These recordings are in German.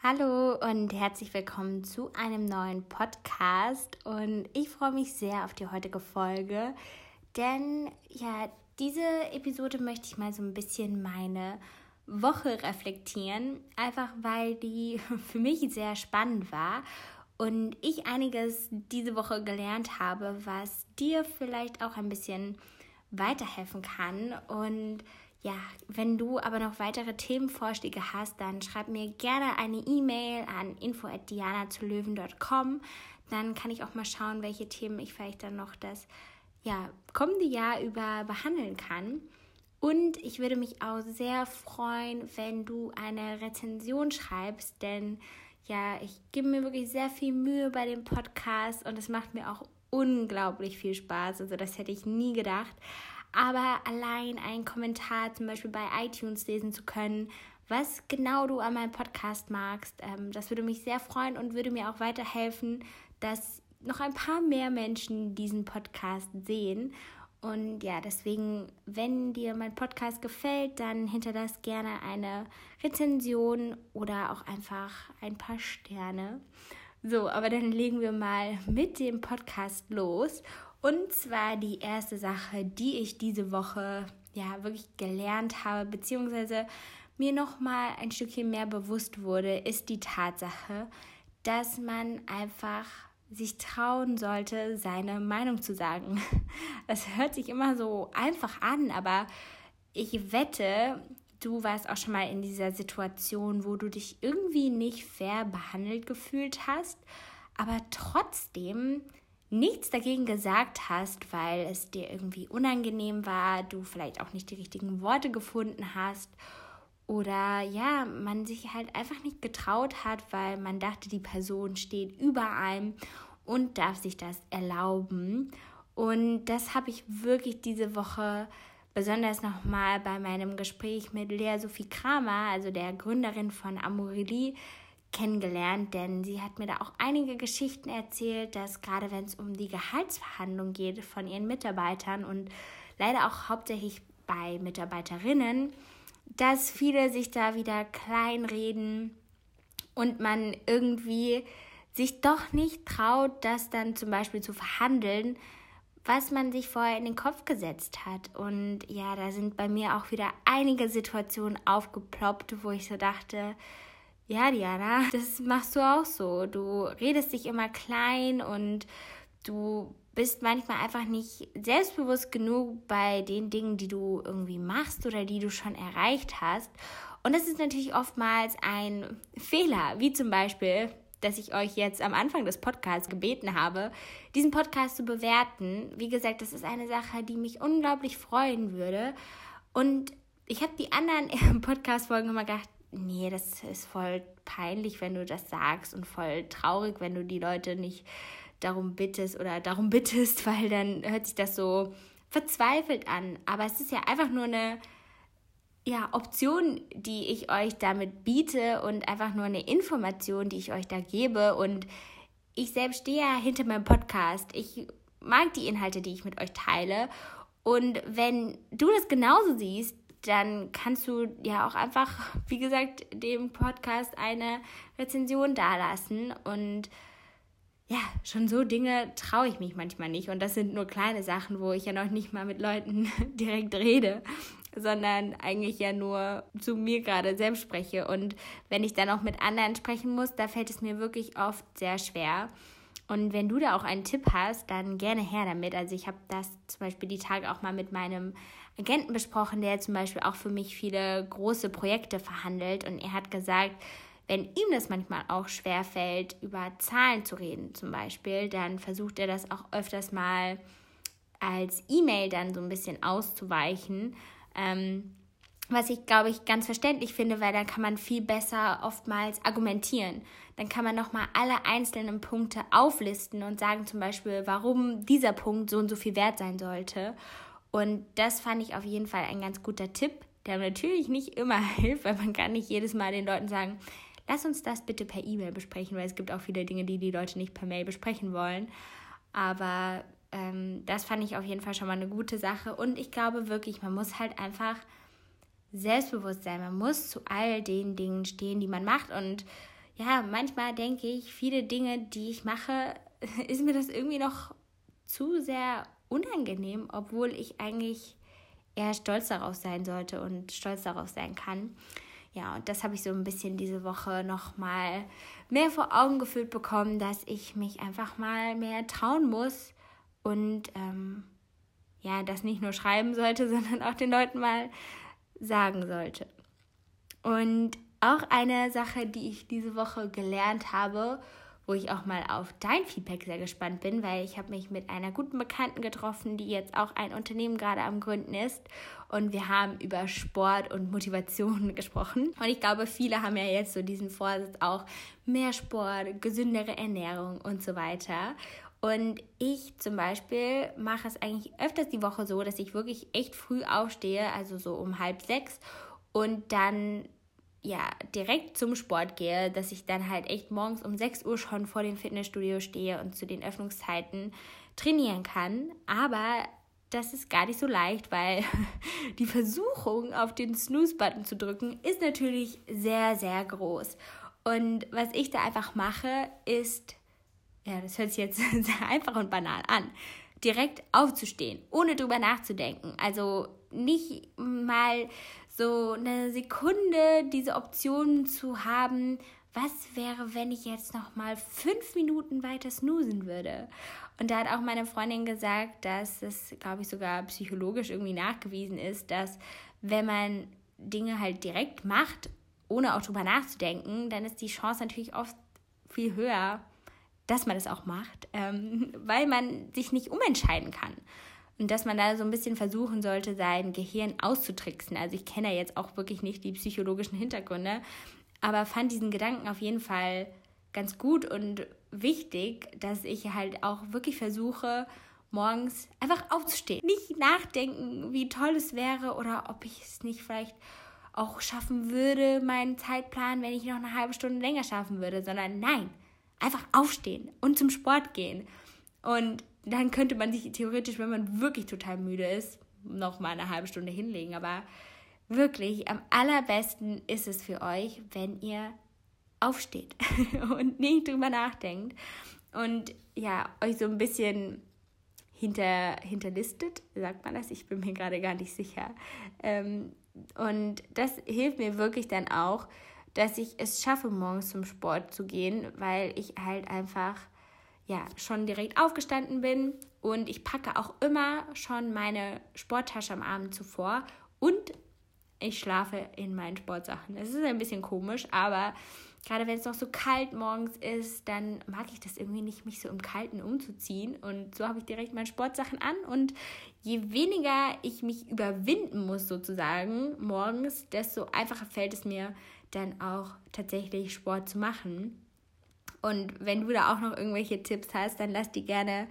Hallo und herzlich willkommen zu einem neuen Podcast und ich freue mich sehr auf die heutige Folge, denn diese Episode möchte ich mal so ein bisschen meine Woche reflektieren, einfach weil die für mich sehr spannend war und ich einiges diese Woche gelernt habe, was dir vielleicht auch ein bisschen weiterhelfen kann. Und ja, wenn du aber noch weitere Themenvorschläge hast, dann schreib mir gerne eine E-Mail an info@dianazulöwen.com. Dann kann ich auch mal schauen, welche Themen ich vielleicht dann noch das kommende Jahr über behandeln kann. Und ich würde mich auch sehr freuen, wenn du eine Rezension schreibst, denn ich gebe mir wirklich sehr viel Mühe bei dem Podcast und es macht mir auch unglaublich viel Spaß. Also das hätte ich nie gedacht. Aber allein einen Kommentar zum Beispiel bei iTunes lesen zu können, was genau du an meinem Podcast magst, das würde mich sehr freuen und würde mir auch weiterhelfen, dass noch ein paar mehr Menschen diesen Podcast sehen. Und ja, deswegen, wenn dir mein Podcast gefällt, dann hinterlass gerne eine Rezension oder auch einfach ein paar Sterne. So, aber dann legen wir mal mit dem Podcast los. Und zwar die erste Sache, die ich diese Woche wirklich gelernt habe, beziehungsweise mir nochmal ein Stückchen mehr bewusst wurde, ist die Tatsache, dass man einfach sich trauen sollte, seine Meinung zu sagen. Das hört sich immer so einfach an, aber ich wette, du warst auch schon mal in dieser Situation, wo du dich irgendwie nicht fair behandelt gefühlt hast, aber trotzdem nichts dagegen gesagt hast, weil es dir irgendwie unangenehm war, du vielleicht auch nicht die richtigen Worte gefunden hast oder man sich halt einfach nicht getraut hat, weil man dachte, die Person steht über einem und darf sich das erlauben. Und das habe ich wirklich diese Woche besonders nochmal bei meinem Gespräch mit Lea Sophie Kramer, also der Gründerin von Amorelie, kennengelernt, denn sie hat mir da auch einige Geschichten erzählt, dass gerade wenn es um die Gehaltsverhandlung geht von ihren Mitarbeitern und leider auch hauptsächlich bei Mitarbeiterinnen, dass viele sich da wieder kleinreden und man irgendwie sich doch nicht traut, das dann zum Beispiel zu verhandeln, was man sich vorher in den Kopf gesetzt hat. Und ja, da sind bei mir auch wieder einige Situationen aufgeploppt, wo ich so dachte, ja, Diana, das machst du auch so. Du redest dich immer klein und du bist manchmal einfach nicht selbstbewusst genug bei den Dingen, die du irgendwie machst oder die du schon erreicht hast. Und das ist natürlich oftmals ein Fehler, wie zum Beispiel, dass ich euch jetzt am Anfang des Podcasts gebeten habe, diesen Podcast zu bewerten. Wie gesagt, das ist eine Sache, die mich unglaublich freuen würde. Und ich habe die anderen Podcast-Folgen immer gedacht, nee, das ist voll peinlich, wenn du das sagst und voll traurig, wenn du die Leute nicht darum bittest, weil dann hört sich das so verzweifelt an. Aber es ist ja einfach nur eine Option, die ich euch damit biete und einfach nur eine Information, die ich euch da gebe. Und ich selbst stehe ja hinter meinem Podcast. Ich mag die Inhalte, die ich mit euch teile. Und wenn du das genauso siehst, dann kannst du ja auch einfach, wie gesagt, dem Podcast eine Rezension dalassen. Und ja, schon so Dinge traue ich mich manchmal nicht. Und das sind nur kleine Sachen, wo ich ja noch nicht mal mit Leuten direkt rede, sondern eigentlich ja nur zu mir gerade selbst spreche. Und wenn ich dann auch mit anderen sprechen muss, da fällt es mir wirklich oft sehr schwer. Und wenn du da auch einen Tipp hast, dann gerne her damit. Also ich habe das zum Beispiel die Tage auch mal mit meinem Agenten besprochen, der zum Beispiel auch für mich viele große Projekte verhandelt. Und er hat gesagt, wenn ihm das manchmal auch schwerfällt, über Zahlen zu reden zum Beispiel, dann versucht er das auch öfters mal als E-Mail dann so ein bisschen auszuweichen. Was ich, glaube ich, ganz verständlich finde, weil dann kann man viel besser oftmals argumentieren. Dann kann man nochmal alle einzelnen Punkte auflisten und sagen zum Beispiel, warum dieser Punkt so und so viel wert sein sollte. Und das fand ich auf jeden Fall ein ganz guter Tipp, der natürlich nicht immer hilft, weil man kann nicht jedes Mal den Leuten sagen, lass uns das bitte per E-Mail besprechen, weil es gibt auch viele Dinge, die die Leute nicht per Mail besprechen wollen. Aber das fand ich auf jeden Fall schon mal eine gute Sache. Und ich glaube wirklich, man muss halt einfach selbstbewusst sein. Man muss zu all den Dingen stehen, die man macht. Und ja, manchmal denke ich, viele Dinge, die ich mache, ist mir das irgendwie noch zu sehr unangenehm, obwohl ich eigentlich eher stolz darauf sein sollte und stolz darauf sein kann. Ja, und das habe ich so ein bisschen diese Woche nochmal mehr vor Augen geführt bekommen, dass ich mich einfach mal mehr trauen muss und das nicht nur schreiben sollte, sondern auch den Leuten mal sagen sollte. Und auch eine Sache, die ich diese Woche gelernt habe, wo ich auch mal auf dein Feedback sehr gespannt bin, weil ich habe mich mit einer guten Bekannten getroffen, die jetzt auch ein Unternehmen gerade am Gründen ist. Und wir haben über Sport und Motivation gesprochen. Und ich glaube, viele haben ja jetzt so diesen Vorsatz auch mehr Sport, gesündere Ernährung und so weiter. Und ich zum Beispiel mache es eigentlich öfters die Woche so, dass ich wirklich echt früh aufstehe, also so um 5:30 und dann direkt zum Sport gehe, dass ich dann halt echt morgens um 6 Uhr schon vor dem Fitnessstudio stehe und zu den Öffnungszeiten trainieren kann. Aber das ist gar nicht so leicht, weil die Versuchung, auf den Snooze-Button zu drücken, ist natürlich sehr, sehr groß. Und was ich da einfach mache, ist, das hört sich jetzt sehr einfach und banal an, direkt aufzustehen, ohne drüber nachzudenken. Also nicht mal so eine Sekunde diese Option zu haben, was wäre, wenn ich jetzt noch mal 5 Minuten weiter snoozen würde? Und da hat auch meine Freundin gesagt, dass es, glaube ich, sogar psychologisch irgendwie nachgewiesen ist, dass wenn man Dinge halt direkt macht, ohne auch drüber nachzudenken, dann ist die Chance natürlich oft viel höher, dass man es auch macht, weil man sich nicht umentscheiden kann. Und dass man da so ein bisschen versuchen sollte, sein Gehirn auszutricksen. Also ich kenne ja jetzt auch wirklich nicht die psychologischen Hintergründe, aber fand diesen Gedanken auf jeden Fall ganz gut und wichtig, dass ich halt auch wirklich versuche, morgens einfach aufzustehen. Nicht nachdenken, wie toll es wäre oder ob ich es nicht vielleicht auch schaffen würde, meinen Zeitplan, wenn ich noch eine halbe Stunde länger schaffen würde, sondern nein, einfach aufstehen und zum Sport gehen. Und dann könnte man sich theoretisch, wenn man wirklich total müde ist, noch mal eine halbe Stunde hinlegen. Aber wirklich, am allerbesten ist es für euch, wenn ihr aufsteht und nicht drüber nachdenkt und euch so ein bisschen hinterlistet, sagt man das? Ich bin mir gerade gar nicht sicher. Und das hilft mir wirklich dann auch, dass ich es schaffe, morgens zum Sport zu gehen, weil ich halt einfach schon direkt aufgestanden bin und ich packe auch immer schon meine Sporttasche am Abend zuvor und ich schlafe in meinen Sportsachen. Es ist ein bisschen komisch, aber gerade wenn es noch so kalt morgens ist, dann mag ich das irgendwie nicht, mich so im Kalten umzuziehen. Und so habe ich direkt meine Sportsachen an. Und je weniger ich mich überwinden muss sozusagen morgens, desto einfacher fällt es mir dann auch tatsächlich Sport zu machen. Und wenn du da auch noch irgendwelche Tipps hast, dann lass die gerne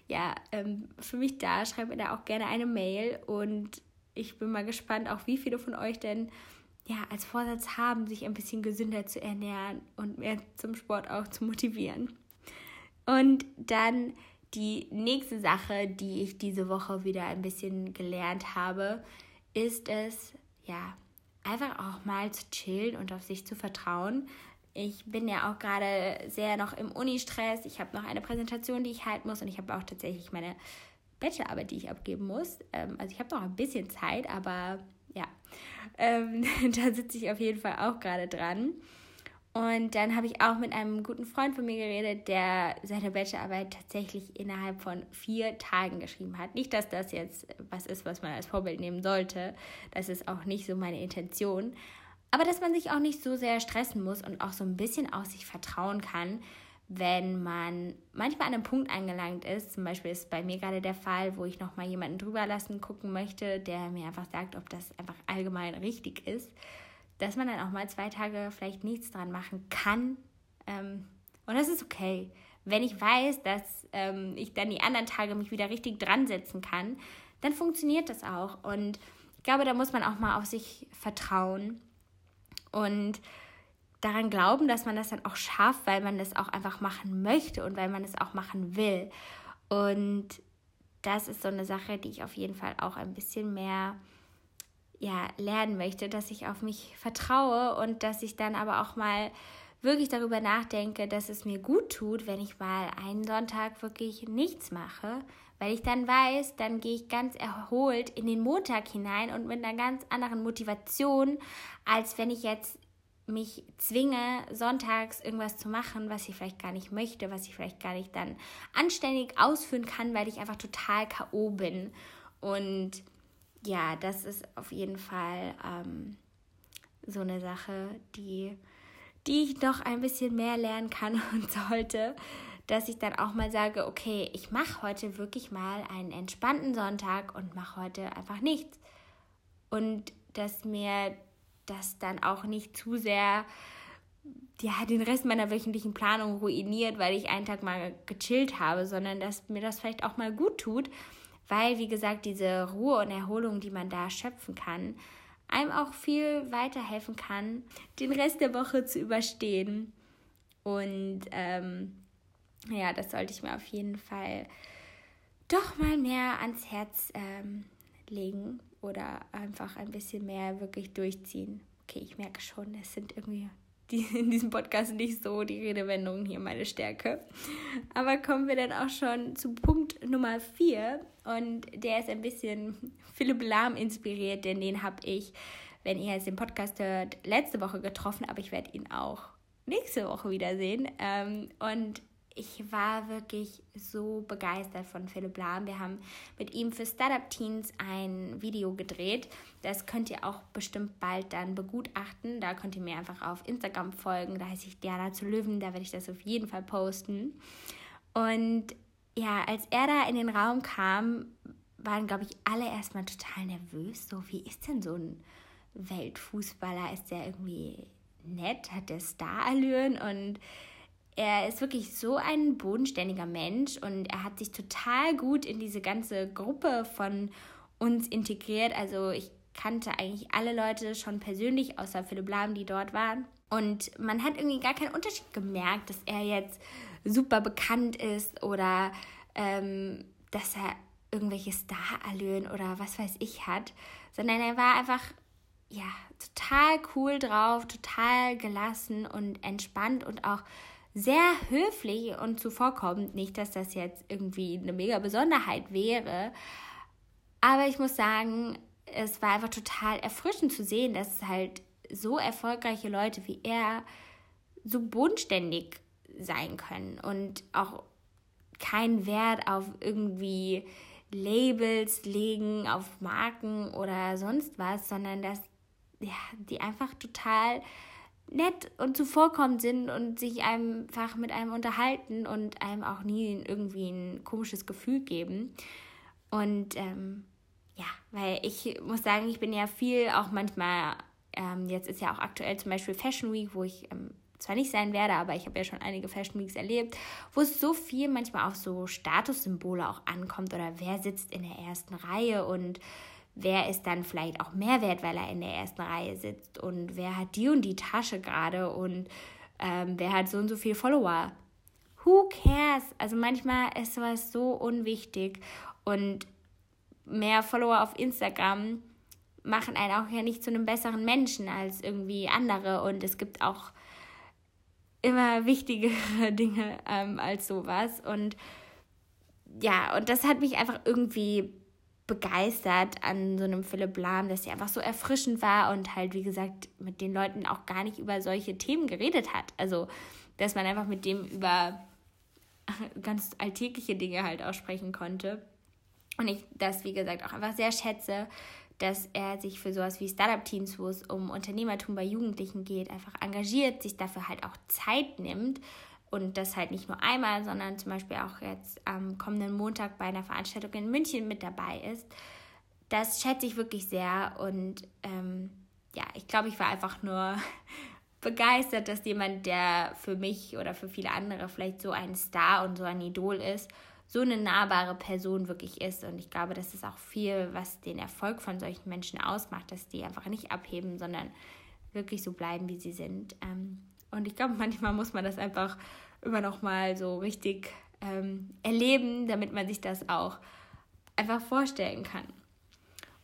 für mich da. Schreib mir da auch gerne eine Mail. Und ich bin mal gespannt, auch wie viele von euch denn als Vorsatz haben, sich ein bisschen gesünder zu ernähren und mehr zum Sport auch zu motivieren. Und dann die nächste Sache, die ich diese Woche wieder ein bisschen gelernt habe, ist es, einfach auch mal zu chillen und auf sich zu vertrauen. Ich bin ja auch gerade sehr noch im Uni-Stress. Ich habe noch eine Präsentation, die ich halten muss und ich habe auch tatsächlich meine Bachelorarbeit, die ich abgeben muss. Also ich habe noch ein bisschen Zeit, aber da sitze ich auf jeden Fall auch gerade dran. Und dann habe ich auch mit einem guten Freund von mir geredet, der seine Bachelorarbeit tatsächlich innerhalb von 4 Tagen geschrieben hat. Nicht, dass das jetzt was ist, was man als Vorbild nehmen sollte. Das ist auch nicht so meine Intention. Aber dass man sich auch nicht so sehr stressen muss und auch so ein bisschen auf sich vertrauen kann, wenn man manchmal an einem Punkt angelangt ist. Zum Beispiel ist bei mir gerade der Fall, wo ich nochmal jemanden drüber lassen gucken möchte, der mir einfach sagt, ob das einfach allgemein richtig ist, dass man dann auch mal 2 Tage vielleicht nichts dran machen kann. Und das ist okay. Wenn ich weiß, dass ich dann die anderen Tage mich wieder richtig dran setzen kann, dann funktioniert das auch. Und ich glaube, da muss man auch mal auf sich vertrauen und daran glauben, dass man das dann auch schafft, weil man das auch einfach machen möchte und weil man es auch machen will. Und das ist so eine Sache, die ich auf jeden Fall auch ein bisschen mehr lernen möchte, dass ich auf mich vertraue und dass ich dann aber auch mal wirklich darüber nachdenke, dass es mir gut tut, wenn ich mal einen Sonntag wirklich nichts mache, weil ich dann weiß, dann gehe ich ganz erholt in den Montag hinein und mit einer ganz anderen Motivation, als wenn ich jetzt mich zwinge, sonntags irgendwas zu machen, was ich vielleicht gar nicht möchte, was ich vielleicht gar nicht dann anständig ausführen kann, weil ich einfach total K.O. bin. Und ja, das ist auf jeden Fall so eine Sache, die ich noch ein bisschen mehr lernen kann und sollte, dass ich dann auch mal sage, okay, ich mache heute wirklich mal einen entspannten Sonntag und mache heute einfach nichts. Und dass mir das dann auch nicht zu sehr den Rest meiner wöchentlichen Planung ruiniert, weil ich einen Tag mal gechillt habe, sondern dass mir das vielleicht auch mal gut tut, weil, wie gesagt, diese Ruhe und Erholung, die man da schöpfen kann, einem auch viel weiterhelfen kann, den Rest der Woche zu überstehen. Und das sollte ich mir auf jeden Fall doch mal mehr ans Herz legen oder einfach ein bisschen mehr wirklich durchziehen. Okay, ich merke schon, es sind irgendwie in diesem Podcast nicht so die Redewendungen hier meine Stärke. Aber kommen wir dann auch schon zu Punkt Nummer 4 und der ist ein bisschen Philipp Lahm inspiriert, denn den habe ich, wenn ihr jetzt den Podcast hört, letzte Woche getroffen, aber ich werde ihn auch nächste Woche wiedersehen. Und ich war wirklich so begeistert von Philipp Lahm. Wir haben mit ihm für Startup Teens ein Video gedreht. Das könnt ihr auch bestimmt bald dann begutachten. Da könnt ihr mir einfach auf Instagram folgen. Da heiße ich Diana zu Löwen. Da werde ich das auf jeden Fall posten. Und ja, als er da in den Raum kam, waren, glaube ich, alle erstmal total nervös. So, wie ist denn so ein Weltfußballer? Ist der irgendwie nett? Hat der Starallüren? Und er ist wirklich so ein bodenständiger Mensch und er hat sich total gut in diese ganze Gruppe von uns integriert. Also ich kannte eigentlich alle Leute schon persönlich, außer Philipp Lahm, die dort waren. Und man hat irgendwie gar keinen Unterschied gemerkt, dass er jetzt super bekannt ist oder dass er irgendwelche Starallüren oder was weiß ich hat, sondern er war einfach total cool drauf, total gelassen und entspannt und auch sehr höflich und zuvorkommend. Nicht, dass das jetzt irgendwie eine mega Besonderheit wäre, aber ich muss sagen, es war einfach total erfrischend zu sehen, dass halt so erfolgreiche Leute wie er so bodenständig sein können und auch keinen Wert auf irgendwie Labels legen, auf Marken oder sonst was, sondern dass die einfach total nett und zuvorkommend sind und sich einfach mit einem unterhalten und einem auch nie irgendwie ein komisches Gefühl geben. Und weil ich muss sagen, ich bin ja viel auch manchmal, jetzt ist ja auch aktuell zum Beispiel Fashion Week, wo ich zwar nicht sein werde, aber ich habe ja schon einige Fashion Weeks erlebt, wo es so viel manchmal auf so Statussymbole auch ankommt oder wer sitzt in der ersten Reihe und wer ist dann vielleicht auch mehr wert, weil er in der ersten Reihe sitzt und wer hat die und die Tasche gerade und wer hat so und so viele Follower. Who cares? Also manchmal ist sowas so unwichtig und mehr Follower auf Instagram machen einen auch ja nicht zu einem besseren Menschen als irgendwie andere und es gibt auch immer wichtigere Dinge als sowas und und das hat mich einfach irgendwie begeistert an so einem Philipp Lahm, dass er einfach so erfrischend war und halt, wie gesagt, mit den Leuten auch gar nicht über solche Themen geredet hat. Also, dass man einfach mit dem über ganz alltägliche Dinge halt auch sprechen konnte. Und ich das, wie gesagt, auch einfach sehr schätze, dass er sich für sowas wie Startup-Teens, wo es um Unternehmertum bei Jugendlichen geht, einfach engagiert, sich dafür halt auch Zeit nimmt und das halt nicht nur einmal, sondern zum Beispiel auch jetzt am kommenden Montag bei einer Veranstaltung in München mit dabei ist. Das schätze ich wirklich sehr und ich glaube, ich war einfach nur begeistert, dass jemand, der für mich oder für viele andere vielleicht so ein Star und so ein Idol ist, so eine nahbare Person wirklich ist. Und ich glaube, das ist auch viel, was den Erfolg von solchen Menschen ausmacht, dass die einfach nicht abheben, sondern wirklich so bleiben, wie sie sind. Und ich glaube, manchmal muss man das einfach immer noch mal so richtig erleben, damit man sich das auch einfach vorstellen kann.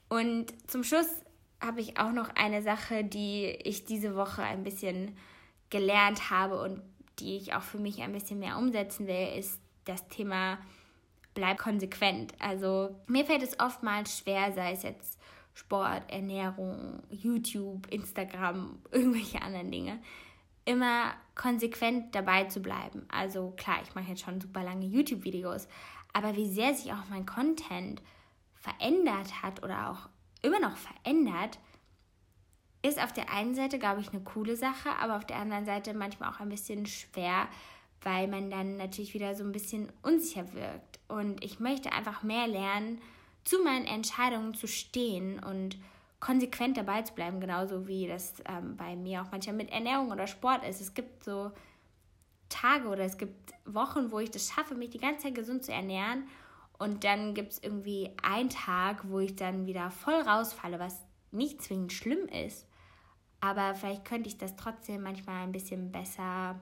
Und zum Schluss habe ich auch noch eine Sache, die ich diese Woche ein bisschen gelernt habe und die ich auch für mich ein bisschen mehr umsetzen will, ist das Thema bleib konsequent. Also mir fällt es oftmals schwer, sei es jetzt Sport, Ernährung, YouTube, Instagram, irgendwelche anderen Dinge, immer konsequent dabei zu bleiben. Also klar, ich mache jetzt schon super lange YouTube-Videos, aber wie sehr sich auch mein Content verändert hat oder auch immer noch verändert, ist auf der einen Seite, glaube ich, eine coole Sache, aber auf der anderen Seite manchmal auch ein bisschen schwer, weil man dann natürlich wieder so ein bisschen unsicher wirkt. Und ich möchte einfach mehr lernen, zu meinen Entscheidungen zu stehen und konsequent dabei zu bleiben, genauso wie das bei mir auch manchmal mit Ernährung oder Sport ist. Es gibt so Tage oder es gibt Wochen, wo ich das schaffe, mich die ganze Zeit gesund zu ernähren, und dann gibt es irgendwie einen Tag, wo ich dann wieder voll rausfalle, was nicht zwingend schlimm ist, aber vielleicht könnte ich das trotzdem manchmal ein bisschen besser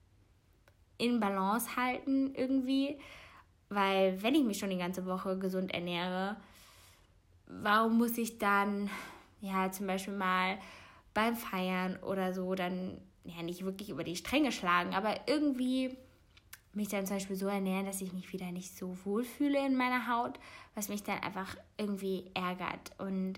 in Balance halten irgendwie, weil wenn ich mich schon die ganze Woche gesund ernähre, warum muss ich dann zum Beispiel mal beim Feiern oder so dann nicht wirklich über die Stränge schlagen, aber irgendwie mich dann zum Beispiel so ernähren, dass ich mich wieder nicht so wohlfühle in meiner Haut, was mich dann einfach irgendwie ärgert. Und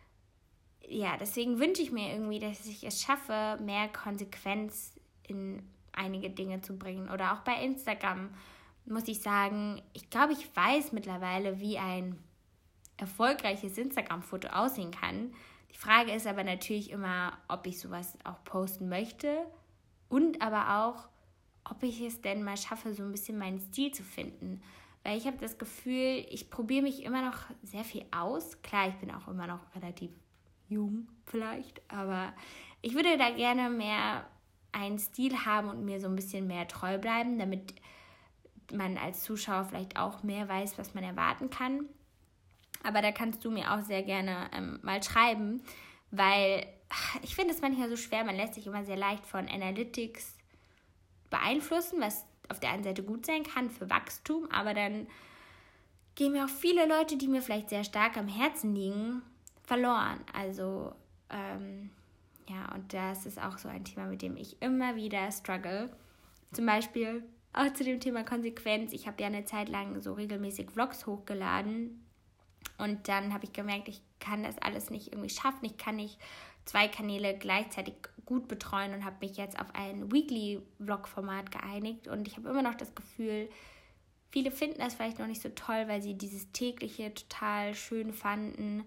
ja, deswegen wünsche ich mir irgendwie, dass ich es schaffe, mehr Konsequenz in einige Dinge zu bringen. Oder auch bei Instagram muss ich sagen, ich glaube, ich weiß mittlerweile, wie ein erfolgreiches Instagram-Foto aussehen kann. Die Frage ist aber natürlich immer, ob ich sowas auch posten möchte und aber auch, ob ich es denn mal schaffe, so ein bisschen meinen Stil zu finden. Weil ich habe das Gefühl, ich probiere mich immer noch sehr viel aus. Klar, ich bin auch immer noch relativ jung vielleicht, aber ich würde da gerne mehr einen Stil haben und mir so ein bisschen mehr treu bleiben, damit man als Zuschauer vielleicht auch mehr weiß, was man erwarten kann. Aber da kannst du mir auch sehr gerne mal schreiben, weil ich finde es manchmal so schwer, man lässt sich immer sehr leicht von Analytics beeinflussen, was auf der einen Seite gut sein kann für Wachstum, aber dann gehen mir auch viele Leute, die mir vielleicht sehr stark am Herzen liegen, verloren. Also und das ist auch so ein Thema, mit dem ich immer wieder struggle. Zum Beispiel auch zu dem Thema Konsequenz. Ich habe ja eine Zeit lang so regelmäßig Vlogs hochgeladen und dann habe ich gemerkt, ich kann das alles nicht irgendwie schaffen. Ich kann nicht 2 Kanäle gleichzeitig gut betreuen und habe mich jetzt auf ein Weekly-Vlog-Format geeinigt und ich habe immer noch das Gefühl, viele finden das vielleicht noch nicht so toll, weil sie dieses tägliche total schön fanden,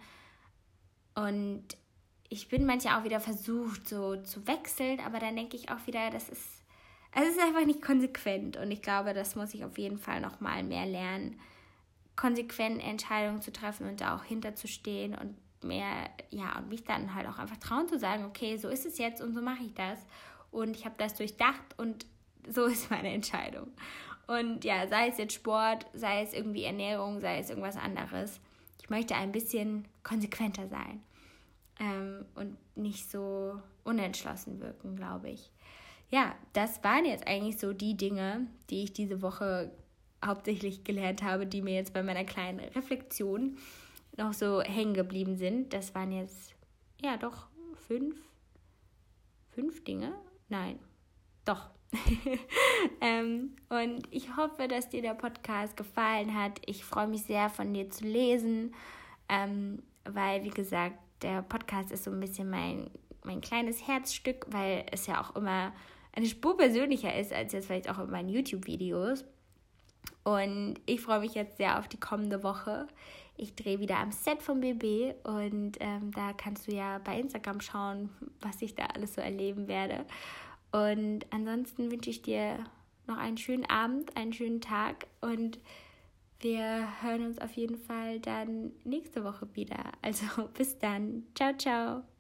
und ich bin manchmal auch wieder versucht, so zu wechseln, aber dann denke ich auch wieder, es ist einfach nicht konsequent, und ich glaube, das muss ich auf jeden Fall noch mal mehr lernen, konsequent Entscheidungen zu treffen und da auch hinterzustehen und und mich dann halt auch einfach trauen zu sagen, okay, so ist es jetzt und so mache ich das und ich habe das durchdacht und so ist meine Entscheidung. Und ja, sei es jetzt Sport, sei es irgendwie Ernährung, sei es irgendwas anderes, ich möchte ein bisschen konsequenter sein und nicht so unentschlossen wirken, glaube ich. Ja, das waren jetzt eigentlich so die Dinge, die ich diese Woche hauptsächlich gelernt habe, die mir jetzt bei meiner kleinen Reflexion noch so hängen geblieben sind. Das waren jetzt, doch 5 Dinge. Nein, doch. Und ich hoffe, dass dir der Podcast gefallen hat. Ich freue mich sehr, von dir zu lesen, weil, wie gesagt, der Podcast ist so ein bisschen mein kleines Herzstück, weil es ja auch immer eine Spur persönlicher ist, als jetzt vielleicht auch in meinen YouTube-Videos. Und ich freue mich jetzt sehr auf die kommende Woche. Ich drehe wieder am Set vom BB und da kannst du ja bei Instagram schauen, was ich da alles so erleben werde. Und ansonsten wünsche ich dir noch einen schönen Abend, einen schönen Tag und wir hören uns auf jeden Fall dann nächste Woche wieder. Also bis dann. Ciao, ciao.